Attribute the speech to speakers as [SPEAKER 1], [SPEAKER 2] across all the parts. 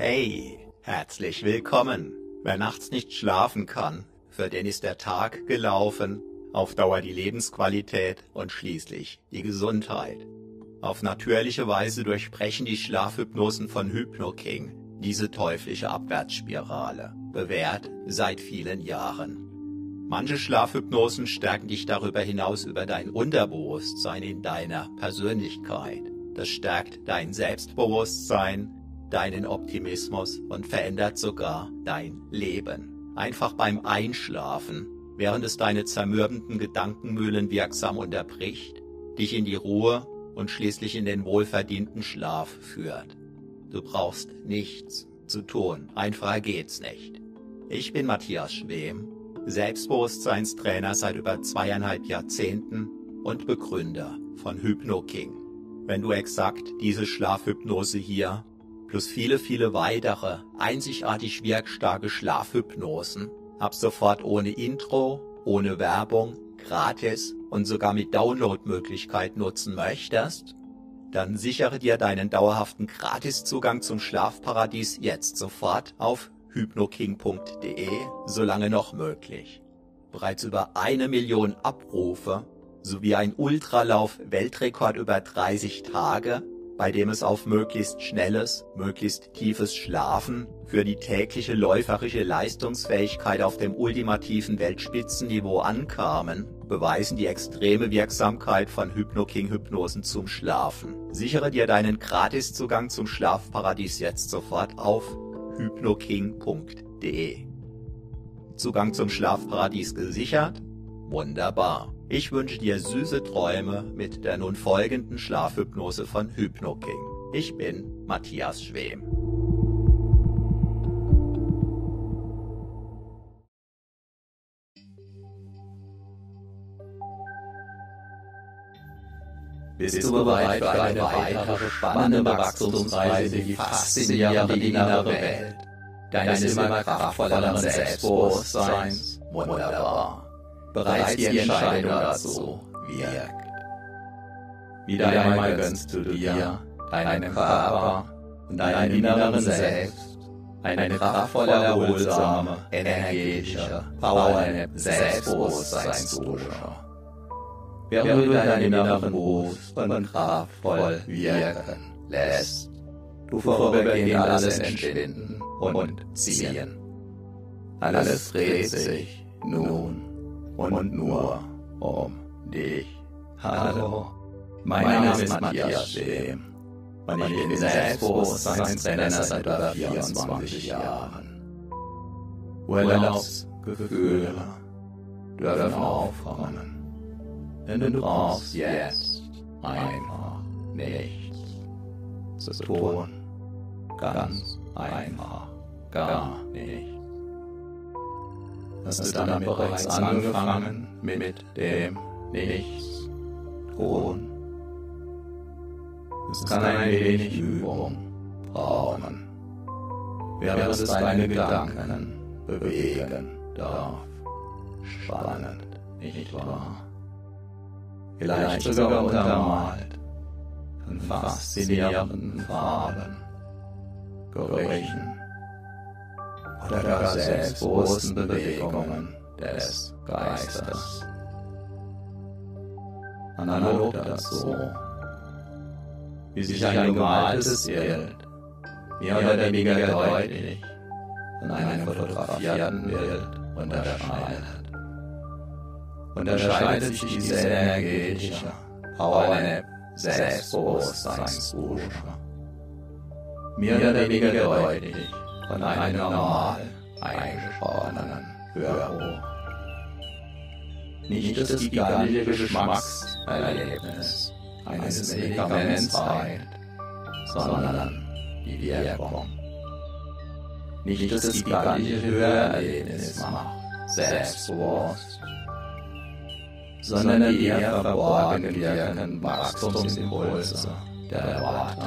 [SPEAKER 1] Hey, herzlich willkommen. Wer nachts nicht schlafen kann, für den ist der Tag gelaufen, auf Dauer die Lebensqualität und schließlich die Gesundheit. Auf natürliche Weise durchbrechen die Schlafhypnosen von HypnoKing diese teuflische Abwärtsspirale, bewährt seit vielen Jahren. Manche Schlafhypnosen stärken dich darüber hinaus über dein Unterbewusstsein in deiner Persönlichkeit. Das stärkt dein Selbstbewusstsein, deinen Optimismus und verändert sogar dein Leben. Einfach beim Einschlafen, während es deine zermürbenden Gedankenmühlen wirksam unterbricht, dich in die Ruhe und schließlich in den wohlverdienten Schlaf führt. Du brauchst nichts zu tun, einfacher geht's nicht. Ich bin Matthias Schwem, Selbstbewusstseinstrainer seit über 2,5 Jahrzehnten und Begründer von HypnoKing. Wenn du exakt diese Schlafhypnose hier plus viele weitere einzigartig wirkstarke Schlafhypnosen ab sofort ohne Intro, ohne Werbung, gratis und sogar mit Downloadmöglichkeit nutzen möchtest, dann sichere dir deinen dauerhaften Gratiszugang zum Schlafparadies jetzt sofort auf hypnoking.de, solange noch möglich. Bereits über 1 Million Abrufe sowie ein Ultralauf-Weltrekord über 30 Tage, bei dem es auf möglichst schnelles, möglichst tiefes Schlafen für die tägliche läuferische Leistungsfähigkeit auf dem ultimativen Weltspitzenniveau ankamen, beweisen die extreme Wirksamkeit von HypnoKing-Hypnosen zum Schlafen. Sichere dir deinen Gratiszugang zum Schlafparadies jetzt sofort auf hypnoking.de. Zugang zum Schlafparadies gesichert? Wunderbar. Ich wünsche dir süße Träume mit der nun folgenden Schlafhypnose von HypnoKing. Ich bin Matthias Schwem. Bist du bereit für eine weitere spannende Wachstumsreise in die faszinierende innere Welt deines immer kraftvolleren Selbstbewusstseins? Wunderbar. Bereits die Entscheidung dazu wirkt. Wieder einmal gönnst du dir, deinem Körper und deinem inneren Selbst eine kraftvolle, erholsame, energetische, Power-Selbstbewusstseinsdusche. Während du deinen inneren Boost und kraftvoll wirken lässt, du vorübergehend alles entschwinden und ziehen. Alles dreht sich nun und nur um dich. Hallo, mein Name ist Matthias Schwem und ich bin Selbstbewusstseinstrainer seit über 24 Jahren. Urlaubsgefühle dürfen aufkommen, denn du brauchst jetzt einfach nichts zu tun. Ganz einfach, gar nicht. Hast du damit bereits angefangen mit dem Nichts tun? Es kann ein wenig Übung brauchen, während es deine Gedanken bewegen darf. Spannend, nicht wahr? Vielleicht sogar untermalt von faszinierenden Farben, Gerüchen oder gar selbstbewussten Bewegungen des Geistes. Analog dazu, wie sich ein gemaltes Bild mehr oder weniger deutlich von einem fotografierten Bild unterscheidet sich diese energetische Power-Selbstbewusstseinsdusche mehr oder weniger deutlich von einem normal eingeschworenen Hörbuch. Nicht das gigantische Geschmackserlebnis eines Medikaments heilt, sondern die Wirkung. Nicht das gigantische Hörerlebnis macht selbstbewusst, sondern die eher verborgen wirkenden Wachstumsimpulse der Worte,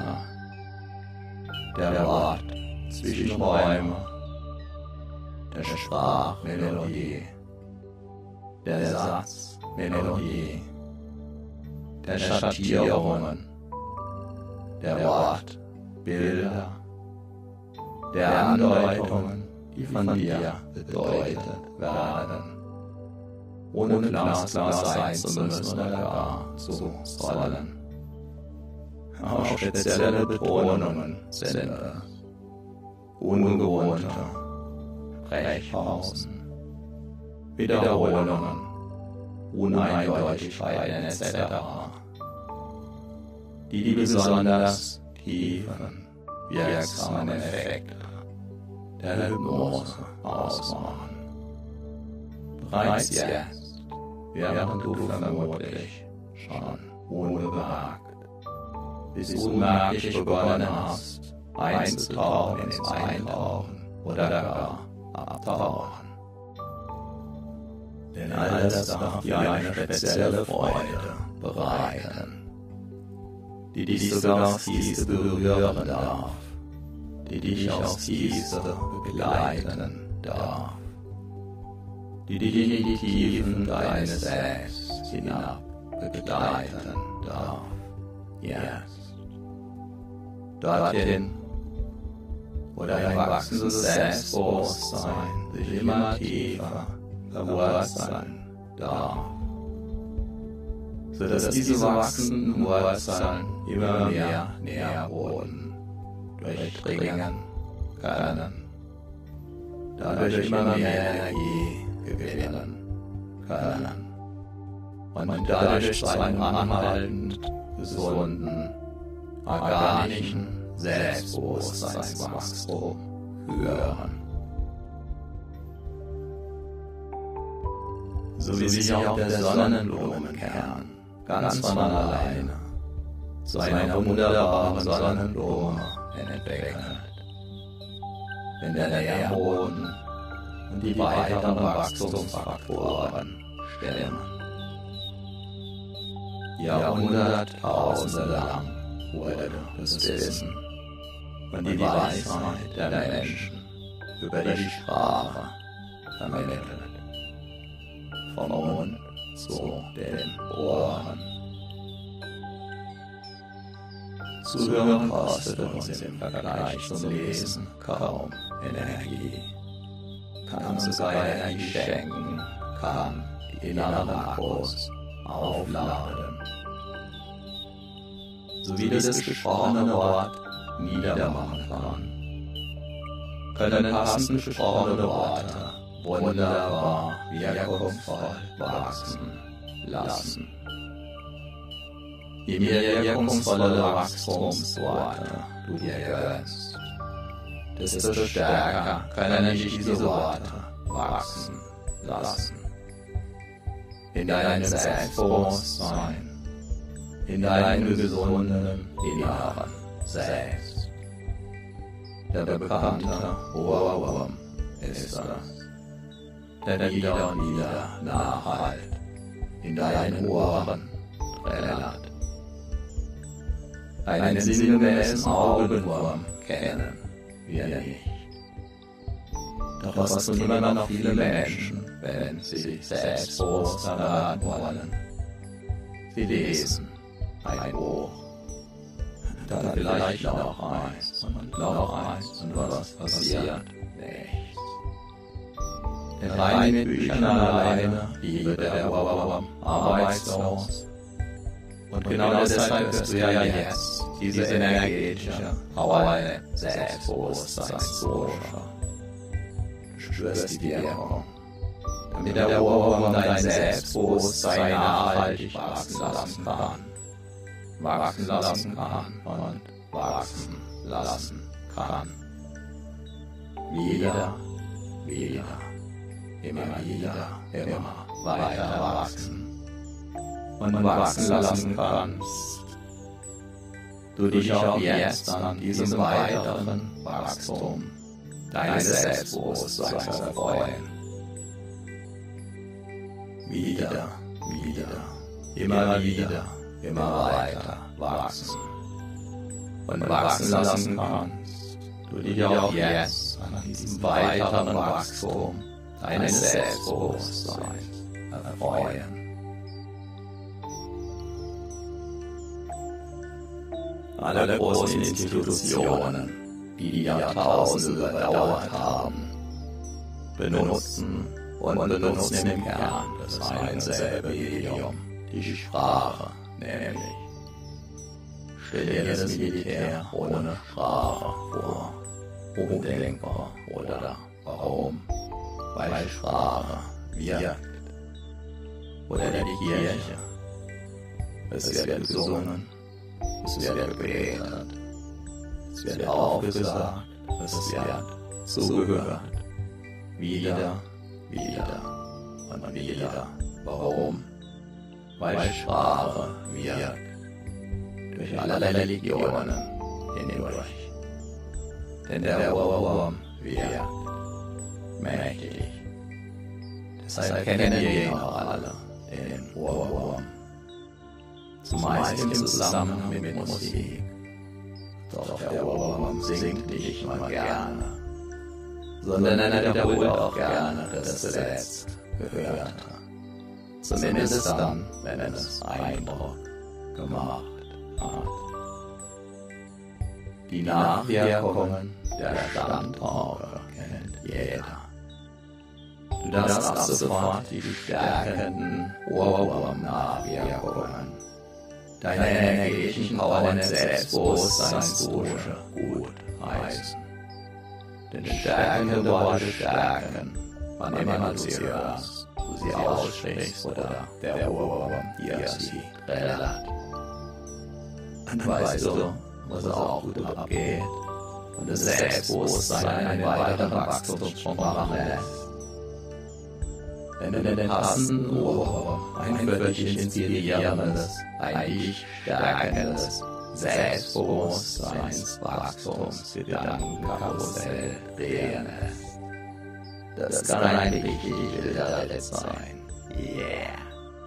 [SPEAKER 1] der Wortzwischenräume, der Sprachmelodie, der Satzmelodie, der Schattierungen, der Wortbilder,
[SPEAKER 2] der Andeutungen, die von dir bedeutet werden, ohne glasklar sein zu müssen oder gar zu sollen. Auch spezielle Betonungen sind ungewohnte Brechpausen, Wiederholungen, Uneindeutigkeiten etc., die besonders tiefen, wirksamen Effekte der Hypnose ausmachen. Bereits jetzt, während du vermutlich schon unbemerkt bis unmerklich begonnen hast, einzutauchen ins Eintauchen oder gar Abtauchen. Denn all das darf dir eine spezielle Freude bereiten, die dich sogar aufs Tiefste berühren darf, die dich aufs Tiefste begleiten darf, die dich in die Tiefen deines Selbst hinab begleiten darf. Jetzt. Dorthin, wo dein wachsendes Selbstbewusstsein sich immer tiefer verwurzeln darf, sodass diese wachsenden Wurzeln immer mehr Nährboden durchdringen können, dadurch immer mehr Energie gewinnen können und dadurch zu einem anhaltend gesunden, organischen Selbstbewusstseinswachstum führen. So wie sich auch der Sonnenblumenkern ganz von alleine zu einer wunderbaren Sonnenblume entwickelt, wenn der Nährboden und die weiteren Wachstumsfaktoren stimmen. Jahrhunderttausende lang wurde das Wissen und die Weisheit der Menschen über die Sprache vermittelt, vom Mund zu den Ohren. Zuhören kostet uns im Vergleich zum Lesen kaum Energie, kann sogar Energie schenken, kann die inneren Akkus aufladen. So wie das gesprochene Wort niedermachen kann, können passend gesprochene Worte wunderbar wirkungsvoll wachsen lassen. Je mehr wirkungsvolle Wachstumsworte du dir gönnst, desto stärker können dich diese Worte wachsen lassen. In deinem Selbstbewusstsein, in deinem gesunden inneren Selbst. Der bekannte Ohrwurm ist das, der wieder und wieder nachhallt, in deinen Ohren trällert. Einen sinngemäßen Augenwurm kennen wir nicht. Doch was tun immer noch viele Menschen, wenn sie sich selbstbewusst werden wollen? Sie lesen ein Buch, dann vielleicht noch eins und was passiert? Nichts. Denn rein mit Büchern alleine bliebe der Ohrwurm arbeitslos. Und genau deshalb wirst du ja jetzt diese energetische, hauende Selbstbewusstseinsdosha. Du spürst die Wirkung, damit der Ohrwurm dein Selbstbewusstsein nachhaltig wachsen lassen kann und wachsen lassen kann. Wieder, immer weiter wachsen. Und wachsen lassen kannst, du dich auch jetzt an diesem weiteren Wachstum deines Selbstbewusstseins erfreuen. Wieder, immer weiter wachsen. Und wachsen lassen kannst, du dich auch jetzt an diesem weiteren Wachstum deines Selbstbewusstseins erfreuen. Alle großen Institutionen die Jahrtausende überdauert haben, benutzen und benutzen im Kern das ein und selbe Medium, die Sprache, nämlich. Stell dir das Militär ohne Sprache vor, undenkbar, oder warum? Weil Sprache wirkt. Oder die Kirche. Es wird gesungen, es wird gebetet, es wird aufgesagt, es wird zugehört. Wieder und wieder. Warum? Weil Sprache wirkt. Durch alle Religionen hindurch. Denn der Ohrwurm wirkt mächtig. Deshalb kennen wir ihn auch alle, den Ohrwurm. Zumeist im Zusammenhang mit Musik. Doch der Ohrwurm singt nicht nur gerne, sondern er wiederholt auch gerne das zuletzt Gehörte. Zumindest dann, wenn es Eindruck gemacht hat. Die Nachwirkungen der Standorte kennt jeder. Du darfst ab sofort die stärkenden Ohrwurm-Nachwirkungen deiner energetischen Power in der Selbstbewusstseinsdusche gut heißen. Denn stärkende Worte stärken, wann immer du sie hörst, du sie aussprichst oder der Ohrwurm dir sie trällert. Dann weißt du, was auch gut abgeht und das Selbstbewusstsein einen weiteren Wachstumssprung machen lässt. Wenn du den passenden Ohrwurm, ein wirklich inspirierendes, ein dich stärkendes Selbstbewusstseinswachstumsgedankenkarussell drehen lässt. Das kann ein richtig wilder Ritt sein. Yeah.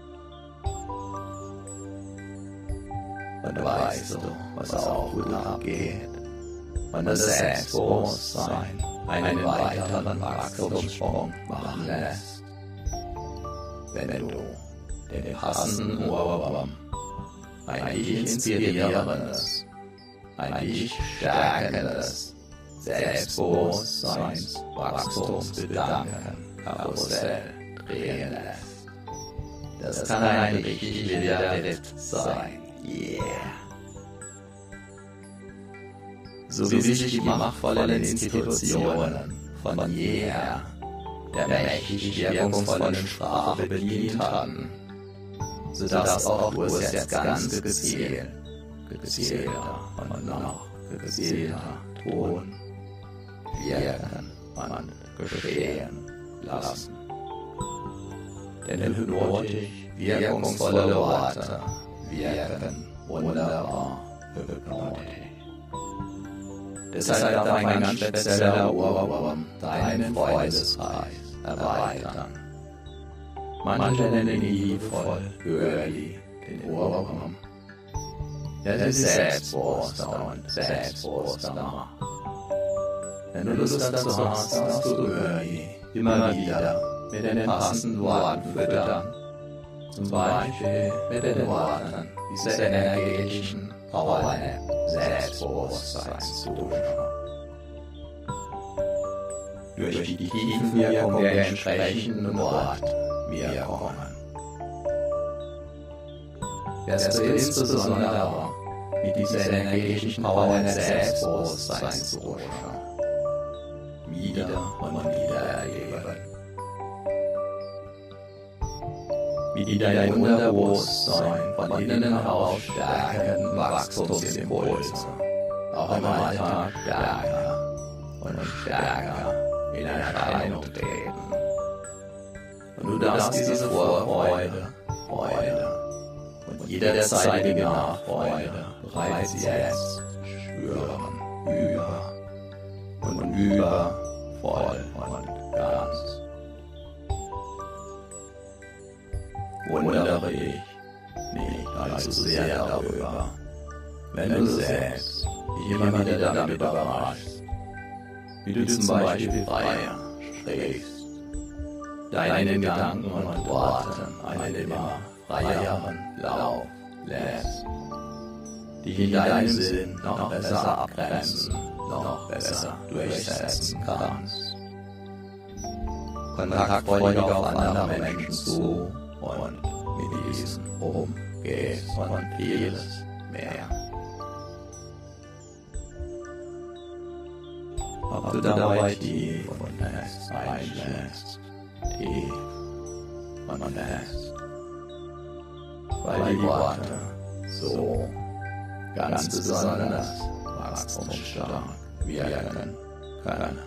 [SPEAKER 2] Und weißt du, was auch gut abgeht? Und das Selbstbewusstsein einen weiteren Wachstumssprung machen lässt. Wenn du den passenden Ohrwurm, ein dich inspirierendes, ein dich stärkendes Selbstbewusstseinswachstumsgedankenkarussell drehen lässt. Das kann ein richtig wilder Ritt sein. Yeah. So wie sich die machtvollen Institutionen von jeher der mächtig wirkungsvollen Sprache bedient hatten, so darfst auch du es jetzt ganz gezielter und noch gezielter tun, wirken und geschehen lassen. Denn hypnotisch wirkungsvolle Worte wirken wunderbar hypnotisch. Deshalb darf ein ganz spezieller Ohrwurm deinen Freundeskreis erweitern. Manche nennen ihn liebevoll Girlie, den Ohrwurm. Der sich selbstbewusster und selbstbewusster macht. Wenn du Lust dazu hast, darfst du Girlie immer wieder mit den passenden Worten füttern. Zum Beispiel mit den Worten dieser energetischen Power-App Selbstbewusstseinsdusche. Durch die Tiefenwirkung der entsprechenden Wortwirkungen wirst du insbesondere mit dieser energetischen Power in der Selbstbewusstseinsdusche wieder und wieder erleben. Wie dein Unterbewusstsein von innen heraus stärkenden Wachstumsimpulse auch im Alltag stärker und stärker in Erscheinung treten. Und du darfst diese Vorfreude, Freude und jederzeitige Nachfreude bereits jetzt spüren, voll und ganz. Wundere dich nicht allzu sehr darüber, wenn du selbst dich immer wieder damit überraschst, wie du zum Beispiel freier sprichst, deinen Gedanken und Worten einen immer freieren Lauf lässt, dich in deinem Sinn noch besser abgrenzen noch besser durchsetzen kannst. Kontaktfreudig auf andere Menschen zu und mit diesen umgehst und vieles mehr. Ob du dabei tief und fest einschläfst, tief und fest, weil die Worte so ganz besonders wachstumsstark wirken können.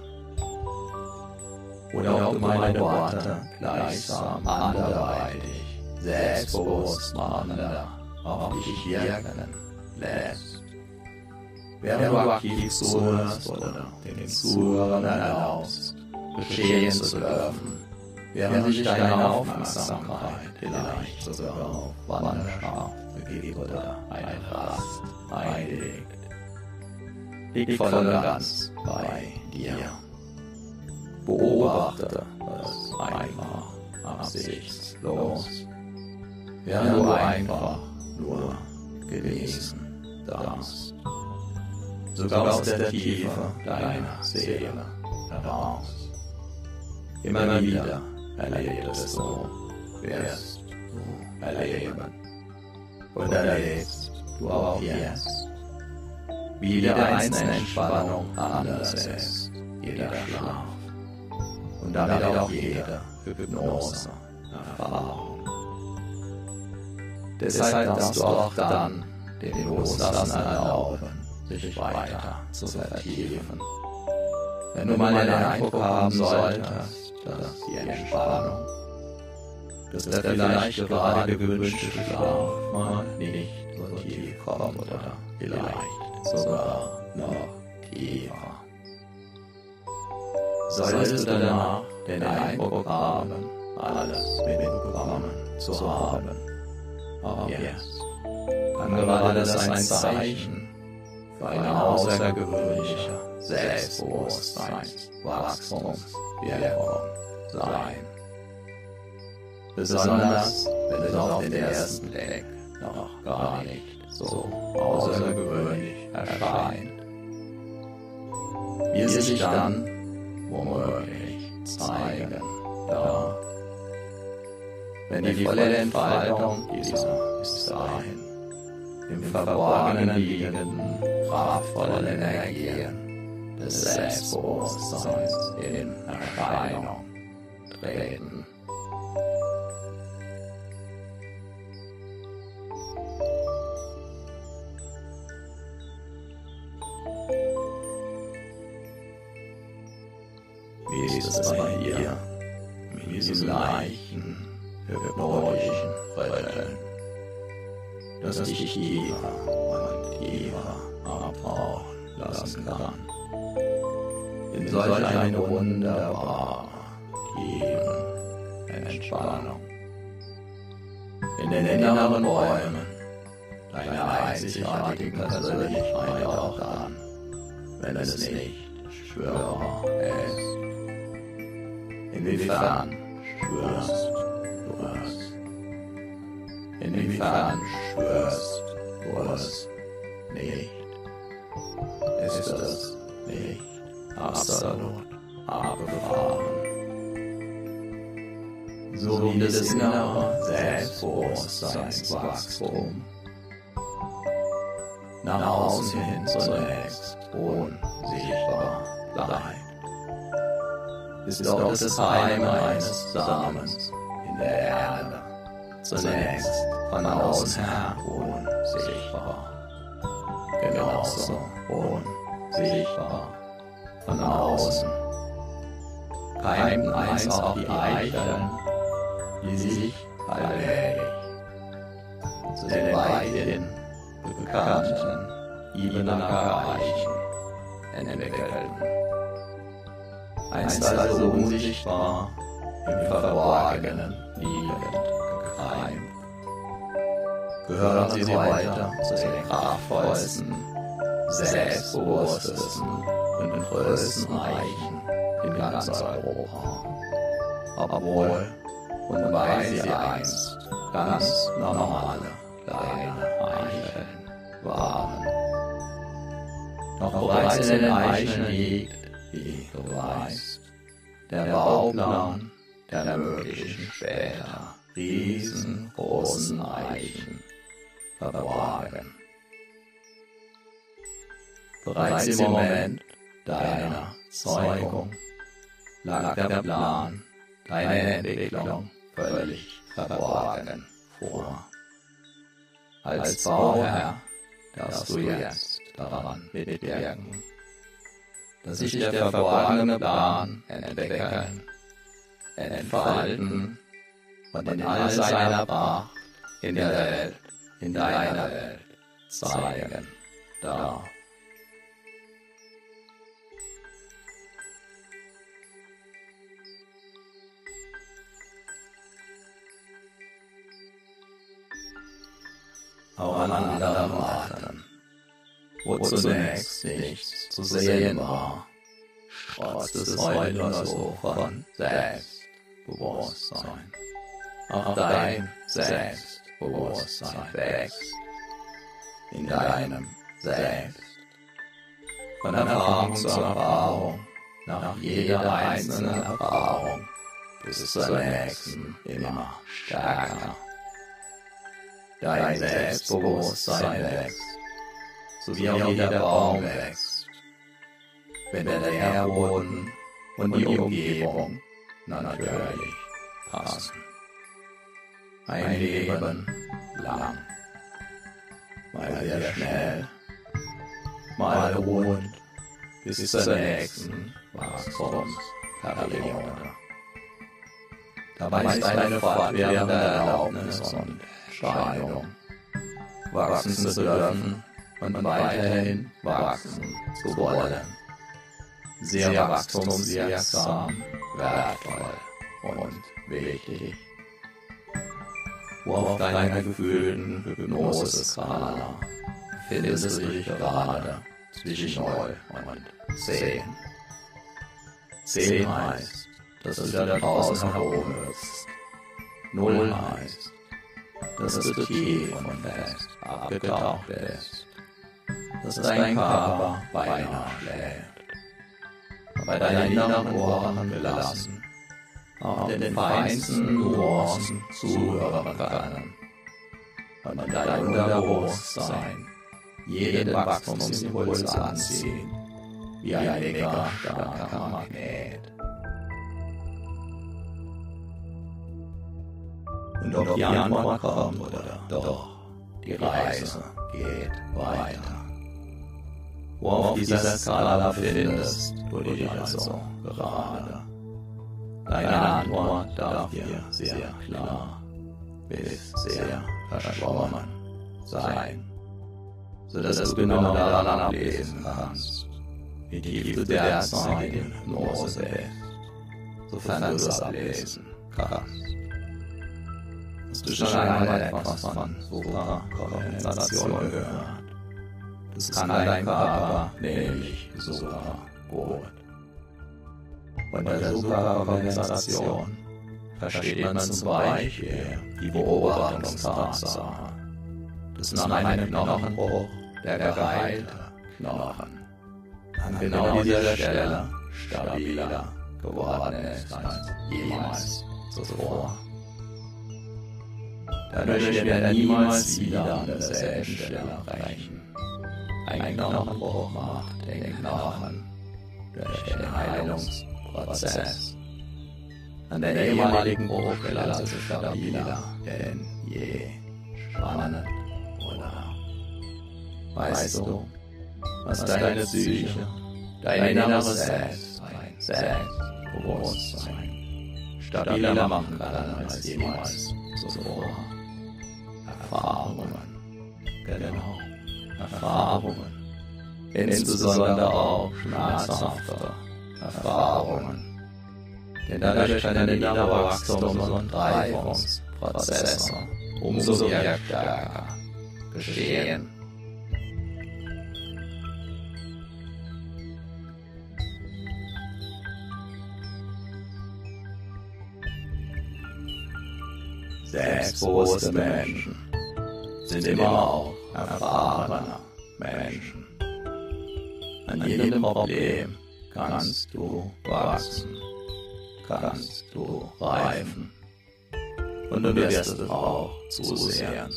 [SPEAKER 2] Oder ob du meine Worte gleichsam anderweitig, selbstbewusst machender auf dich wirken lässt. Während du aktiv zuhörst oder den Zuhörern erlaubst, geschehen zu dürfen, während sich deine Aufmerksamkeit vielleicht sogar auf Wanderschaft begibt oder eine Rast einlegt, liegt voll und ganz bei dir. Beobachte es einfach absichtslos, während du einfach nur gewesen darfst. Sogar aus der Tiefe deiner Seele heraus. Immer wieder erlebst du, wirst du erleben. Und erlebst du auch jetzt, wie jede einzelne Entspannung anders ist, jeder Schlaf und damit auch jede Hypnose-Erfahrung. Deshalb darfst du auch dann dem Loslassen erlauben, sich weiter zu vertiefen. Wenn du mal den Eindruck haben solltest, dass die Entspannung, dass der vielleicht gerade gewünschte Schlaf mal nicht so tief kommt oder vielleicht sogar noch tiefer. Solltest du danach den Eindruck haben, alles mitbekommen zu haben, auch jetzt kann gerade das ein Zeichen für eine außergewöhnliche Selbstbewusstseinswachstumswirkung sein. Besonders wenn es auf den ersten Blick noch gar nicht so außergewöhnlich erscheint. Wie es sich dann womöglich zeigen darf, wenn die volle Entfaltung dieser bis dahin im Verborgenen liegenden, kraftvollen Energien des Selbstbewusstseins in Erscheinung treten. Wie ist es bei dir mit diesem leichten, hypnotischen Rütteln, das dich tiefer und tiefer abtauchen lassen kann, in solch eine wunderbare, tiefe Entspannung, in den inneren Räumen deiner einzigartigen Persönlichkeit auch dann, wenn es nicht schwörer ist. Inwiefern schwörst du es? Inwiefern schwörst du es nicht? Ist es nicht absolut abgefahren? So wie das innere Selbstbewusstseinswachstum nach außen hin zunächst unsichtbar bleibt, ist auch das Heim eines Samens in der Erde zunächst von außen her unsichtbar, genauso unsichtbar von außen. Keimten einst auch die Eicheln, die sich allmählich zu den weithin bekannten Ibenacker Eichen entwickelten. Einst also unsichtbar, im Verborgenen liegend gekeimt, gehören sie weiter zu den kraftvollsten, selbstbewusstesten und größten Eichen in ganz Europa. Obwohl und weil sie einst ganz normale kleine Eicheln waren. Doch auch bereits in den Eichen liegt, wie du weißt, der Bauplan der möglichen später riesengroßen Eichen verborgen. Bereits im Moment deiner Zeugung lag der Plan, deine Entwicklung völlig verborgen vor. Als Bauherr darfst du jetzt daran mitwirken, dass sich der verborgene Plan entwickeln, entfalten und in all seiner Pracht in der Welt, in deiner Welt zeigen darf. Auch an anderen Orten, wo zunächst nichts zu sehen war, strotzt es heute nur so von Selbstbewusstsein. Auch dein Selbstbewusstsein wächst in deinem Selbst. Von Erfahrung zu Erfahrung, nach jeder einzelnen Erfahrung, bis zur nächsten immer stärker. Dein Selbstbewusstsein wächst, so wie auch jeder Baum wächst, wenn der Nährboden und die Umgebung natürlich passen. Ein Leben lang, mal sehr schnell, mal ruhend, bis zur nächsten Wachstumsperiode. Dabei ist eine fortwährende Erlaubnis und Entscheidung, wachsen zu dürfen und weiterhin wachsen zu wollen. Sehr wachstumswirksam, wertvoll und wichtig. Wo auf deiner gefühlten Hypnose-Skala findest du dich gerade zwischen 0 und 10. 10 heißt, dass du da draußen herumhüpfst. 0 heißt, dass du tief und fest abgetaucht bist, dass dein Körper beinahe schläft, aber deine inneren Ohren gelassen, auch den feinsten Nuancen zuhören können und dein Unterbewusstsein jeden Wachstumsimpuls anziehen, wie ein dicker, starker Magnet. Und ob die Antwort kommt oder doch, die Reise geht weiter. Wo auf dieser Skala befindest du dich also gerade. Deine Antwort darf dir sehr klar bis sehr verschwommen sein, sodass du genau daran ablesen kannst, wie tief du derzeit in Hypnose bist, sofern du es ablesen kannst. Hast du schon einmal etwas von Superkompensation gehört? Das kann dein Körper nämlich super gut. Unter der Superkompensation versteht man zum Beispiel die Beobachtungstatsache, dass nach einem Knochenbruch der geheilte Knochen an genau dieser Stelle stabiler geworden ist als jemals zuvor. Dadurch wird er niemals wieder an derselben Stelle brechen. Ein Knochenbruch macht den Knochen durch den Heilungsprozess an der ehemaligen Bruchstelle also stabiler denn je. Spannend, oder? Weißt du, was deine Psyche, dein inneres Selbst, dein Selbstbewusstsein stabiler machen kann als jemals zuvor? Erfahrungen, genau, Erfahrungen, insbesondere auch schmerzhafte Erfahrungen, denn dadurch können innere Wachstums- und Reifungsprozesse umso stärker geschehen. Selbstbewusste Menschen sind immer auch erfahrene Menschen. An jedem Problem kannst du wachsen, kannst du reifen und du wirst es auch zusehen.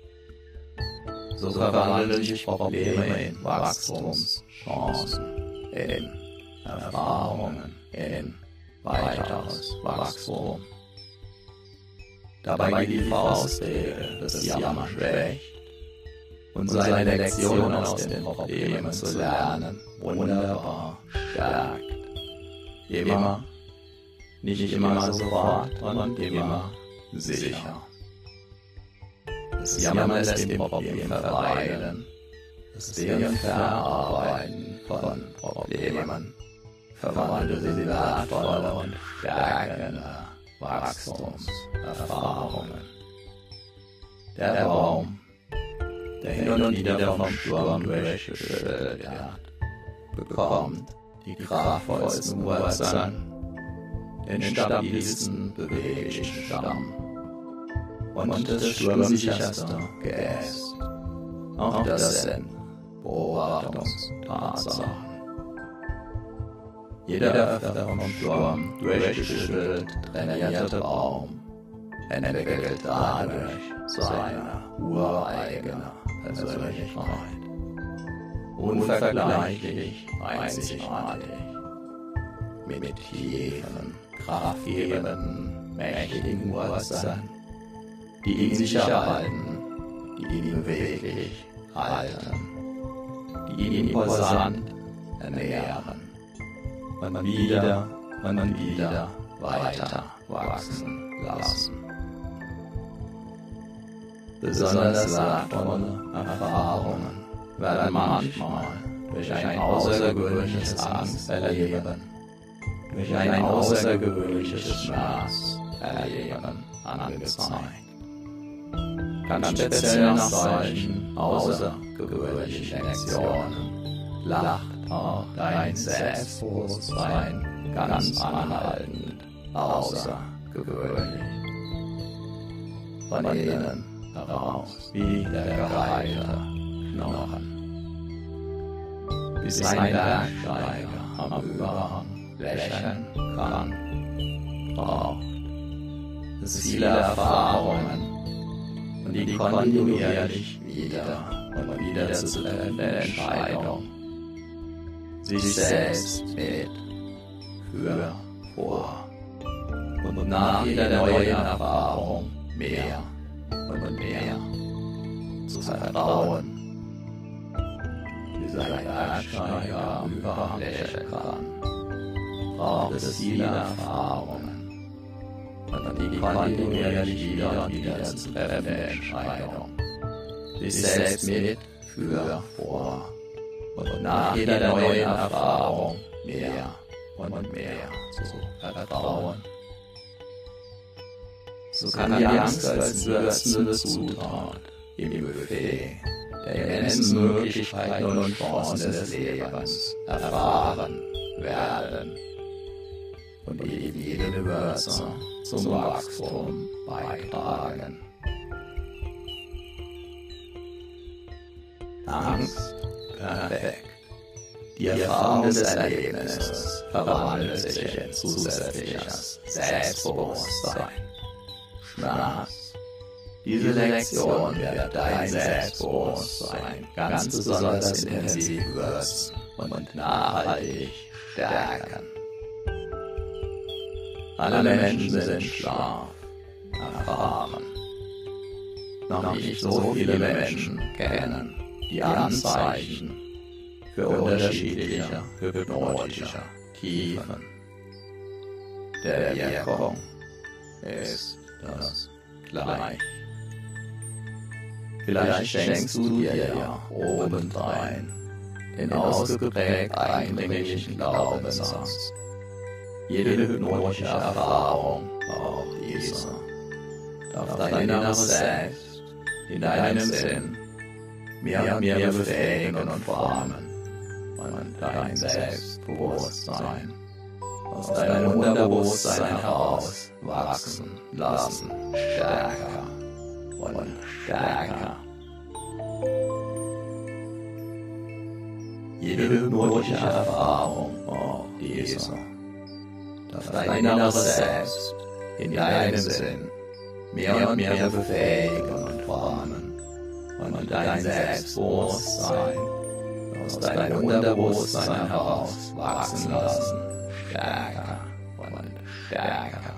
[SPEAKER 2] So verwandeln sich Probleme in Wachstumschancen, in Erfahrungen, in weiteres Wachstum. Dabei die Faustregel des Jammers schwächt und seine Lektion aus den Problemen zu lernen wunderbar stärkt. Immer, nicht immer sofort und immer sicher. Das Jammern lässt dem Problem verweilen, das deren Verarbeiten von Problemen verwandelt in wertvolle und stärkende Wachstumserfahrungen. Der Baum, der hin und wieder vom Sturm durchgeschüttelt wird, bekommt die kraftvollsten Wurzeln, den stabilsten beweglichen Stamm und das sturmsicherste Geäst. Auch das sind Beobachtungstatsachen. Jeder öfter vom Sturm durchgeschüttelt trainierte Baum entwickelt dadurch seine ureigene Persönlichkeit. Unvergleichlich, einzigartig, mit tiefen, kraftgebenden, mächtigen Wurzeln, die ihn sicher halten, die ihn beweglich halten, die ihn imposant ernähren. Und wieder weiter wachsen lassen. Besonders wertvolle Erfahrungen werden manchmal durch ein außergewöhnliches Angsterleben, durch ein außergewöhnliches Schmerzerleben angezeigt. Ganz speziell nach solchen außergewöhnlichen Lektionen lacht auch dein Selbstbewusstsein ganz anhaltend außergewöhnlich. Von innen heraus wie der gereihte Knochen. Bis ein Bergsteiger am Überhang lächeln kann, braucht es viele Erfahrungen und die kontinuierlich wieder und wieder zu treffende Entscheidung, sich selbst mit, für, vor und nach jeder neuen Erfahrung mehr und mehr zu vertrauen, bis ein Bergsteiger am Überhang lächeln kann, braucht es viele Erfahrungen und die kontinuierlich wieder und wieder zu treffende Entscheidung, sich selbst mit, für, vor und nach jeder neuen Erfahrung mehr und mehr zu vertrauen. So kann die Angst als würzende Zutat im Buffet der immensen Möglichkeiten und Chancen des Lebens erfahren werden und die jede Würze zum Wachstum beitragen. Angst, perfekt. Die Erfahrung des Erlebnisses verwandelt sich in zusätzliches Selbstbewusstsein. Schmerz. Diese Lektion wird dein Selbstbewusstsein ganz besonders intensiv würzen und nachhaltig stärken. Alle Menschen sind Schlaf erfahren. Noch nicht so viele Menschen kennen die Anzeichen für unterschiedliche hypnotische Tiefen. Der Wirkung ist das gleich. Vielleicht schenkst du dir ja obendrein den ausgeprägt eindringlichen Glaubenssatz. Jede hypnotische Erfahrung, auch diese, darf dein inneres Selbst in deinem Sinn mehr und mehr befähigen und formen und dein Selbstbewusstsein aus deinem Unterbewusstsein heraus wachsen lassen, stärker und stärker. Jede hypnotische Erfahrung, auch dieser, darf dein inneres Selbst in deinem Sinn mehr und mehr befähigen und formen und dein Selbstbewusstsein aus deinem Unterbewusstsein heraus wachsen lassen, stärker und stärker.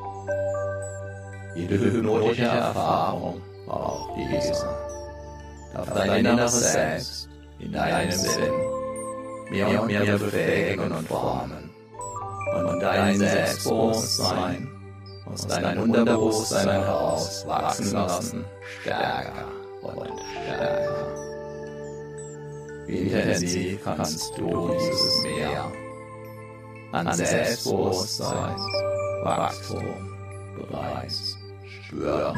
[SPEAKER 2] Jede hypnotische Erfahrung, auch diese, darf dein inneres Selbst in deinem Sinn mehr und mehr befähigen und formen und dein Selbstbewusstsein aus deinem Unterbewusstsein heraus wachsen lassen, stärker und stärker. Wie intensiv kannst du dieses Meer an Selbstbewusstsein, Wachstum bereits spüren?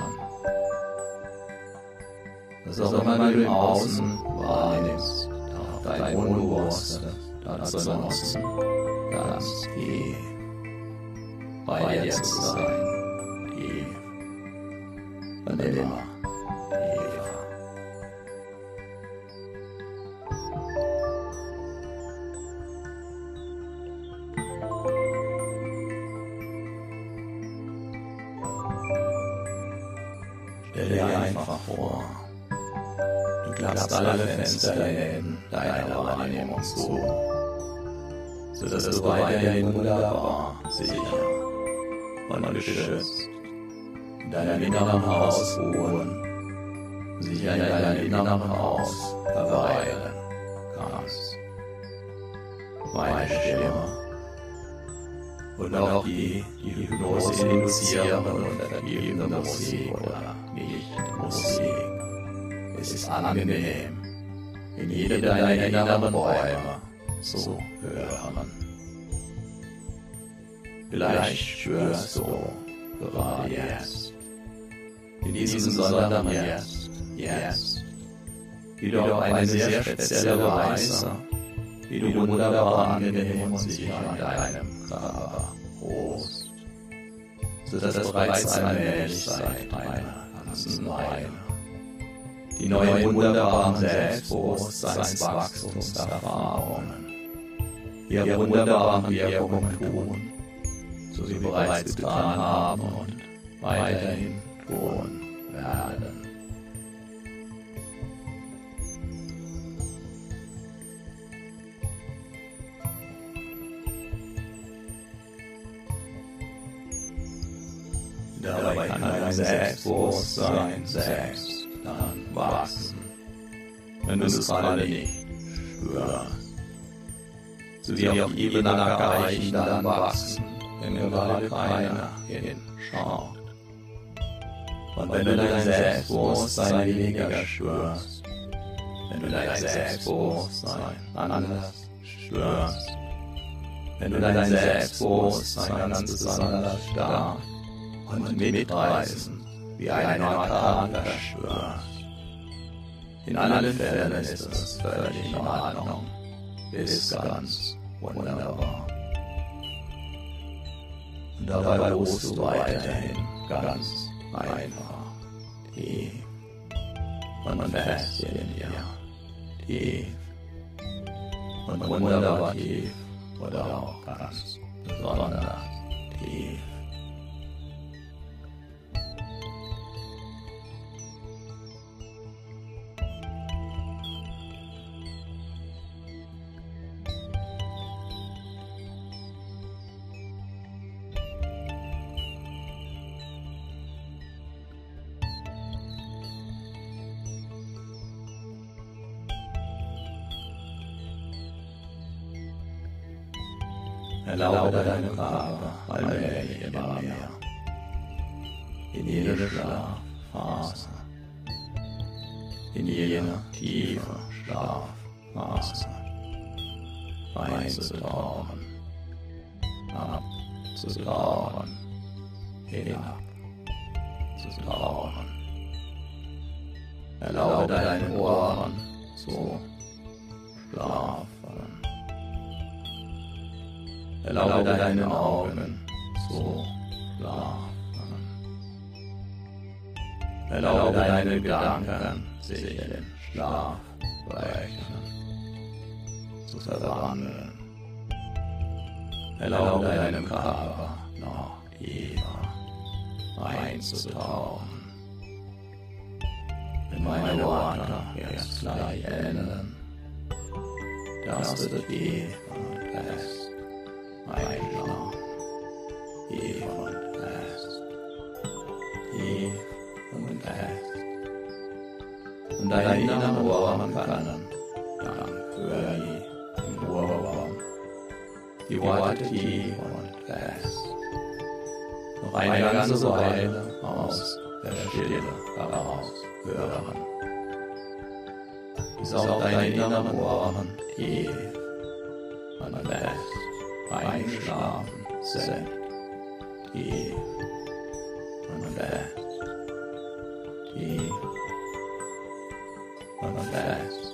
[SPEAKER 2] Was auch immer du im Außen wahrnimmst, darf dein Unbewusstes dazu nutzen, ganz tief bei dir zu sein, tief und immer tiefer. Stell dir einfach vor, du klappst alle Fensterläden deiner Wahrnehmung zu, sodass du weiterhin wunderbar, sicher und geschützt in deinem inneren Haus ruhen, sicher in deinem inneren Haus verweilen kannst. Meine Stimme und auch die Hypnose induzierende und vergebende Musik oder Nicht-Musik. Es ist angenehm, in jede deiner inneren Räume zu hören. Vielleicht spürst du gerade jetzt, in diesem besonderen Jetzt, wie du auf eine sehr spezielle Weise, wie du wunderbar angenehm und sicher an deinem Körper ruhst, sodass bereits allmählich seit einer ganzen Weile die neuen wunderbaren Selbstbewusstseinswachstumserfahrungen ihre wunderbaren Wirkungen tun, so sie bereits getan haben und weiterhin tun werden. Dabei kann dein Selbstbewusstsein selbst dann wachsen, wenn du es gerade nicht spürst. So wie auch die Benackerreichen dann wachsen, wenn gerade keiner hinschaut. Und wenn du dein Selbstbewusstsein weniger spürst, wenn du dein Selbstbewusstsein anders spürst, wenn du dein Selbstbewusstsein ganz besonders stark und mitreißend wie ein Orkan verspürst. In allen Fällen ist es völlig in Ordnung, ist ganz wunderbar. Und dabei ruhst du weiterhin ganz einfach, tief und fest in dir, tief und wunderbar tief oder auch ganz besonders tief. Erlaube deinem Körper allmählich immer mehr in jede Schlafphase, in jene tiefe Schlafphase einzutauchen, abzutauchen, hinabzutauchen. Erlaube deinen Ohren zu schlafen. Erlaube deinen Augen zu schlafen. Erlaube deinen Gedanken sich in Schlaf brechen. zu verwandeln. Erlaube deinem Körper noch tiefer einzutauchen. Wenn meine Worte jetzt gleich enden, darfst du tief und fest einschlafen. Tief und fest. Tief und fest. Und deine inneren Ohren können, Dank für den Ohrwurm, die Worte tief und fest noch eine ganze Weile aus der Stille heraus hören, bis auch deine inneren Ohren tief und fest eingeschlafen sind. Tief und fest. Tief und fest.